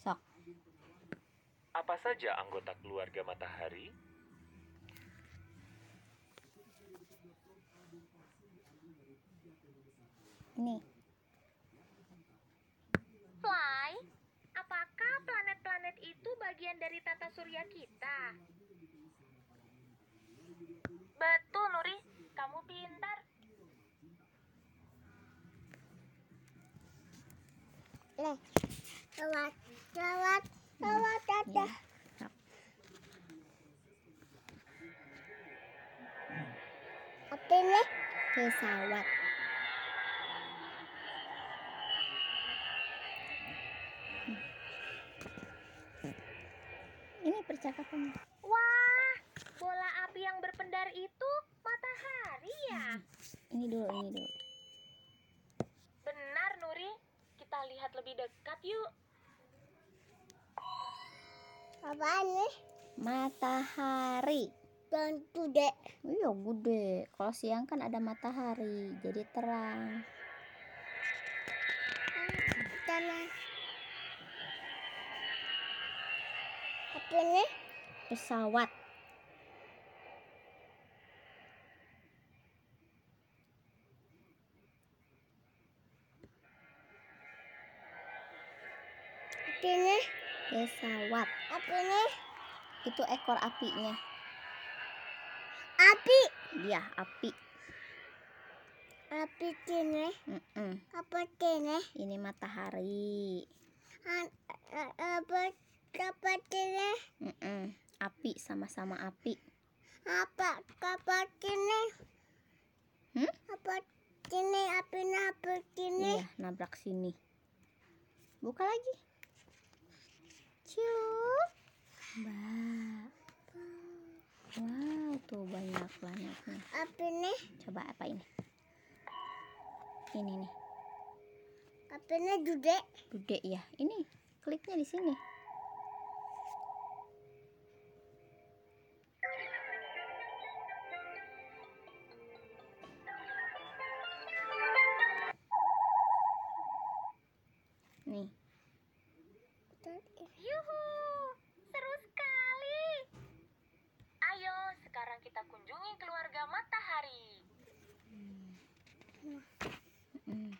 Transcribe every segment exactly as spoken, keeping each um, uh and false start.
Sok. Apa saja anggota keluarga matahari? Ini. Fly, apakah planet-planet itu bagian dari tata surya kita? Betul, Nuri. Kamu pintar. Nih, lewat, lewat, lewat ada. Ya. Apa ini? Pesawat. Ini percakapan. Wah, bola api yang berpendar itu matahari ya? Ini dulu, ini dulu. Benar, Nuri. Kita lihat lebih dekat yuk. Apaan nih? Matahari. Dan gede. Iya gede. Kalau siang kan ada matahari, jadi terang. Tanah. Apa ini? Pesawat. Apa ini? Pesawat. Apa ini? Itu ekor apinya. Api. Iya, api. Api ini. Mm-mm. Apa ini? Ini matahari. An- a- Apa apa ini? Mm-mm. Api, sama-sama api. Apa apa ini? Hmm? Apa ini? Apa ini? Apa ini? Iya, nabrak sini. Buka lagi. Cium. Mbak. Wow, tuh banyak planetnya. Apa ini? Coba apa ini? Ini nih. Apa ini gede? Gede ya. Ini kliknya di sini. Nih. Yuhu, seru sekali. Ayo, sekarang kita kunjungi keluarga matahari. Mm.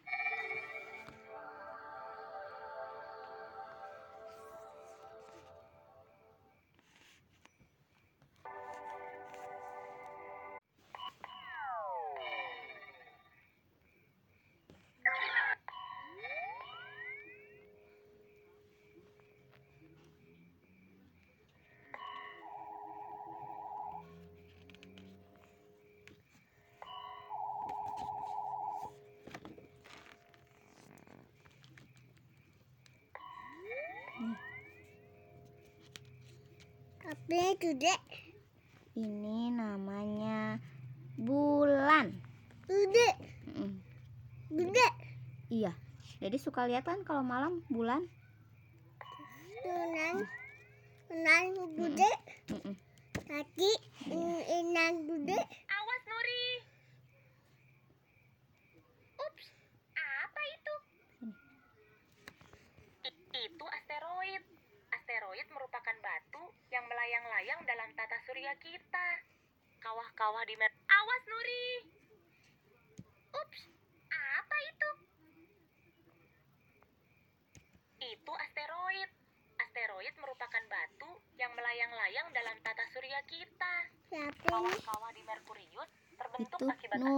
Apa ini gede? Ini namanya bulan. Gede. Mm. Gede. Iya. Jadi suka lihat kan kalau malam bulan? Tunan. Tunan gede. Mm-mm. Kaki. Inang gede. Awas, Nuri. Ups, apa itu? I- itu asteroid. Asteroid merupakan batu yang melayang-layang dalam tata surya kita. Kawah-kawah di mer... Awas, Nuri. Ups, apa itu? Itu asteroid. Asteroid merupakan batu yang melayang-layang dalam tata surya kita. Siapa ini? Kawah-kawah di Merkurius terbentuk Itu akibat nu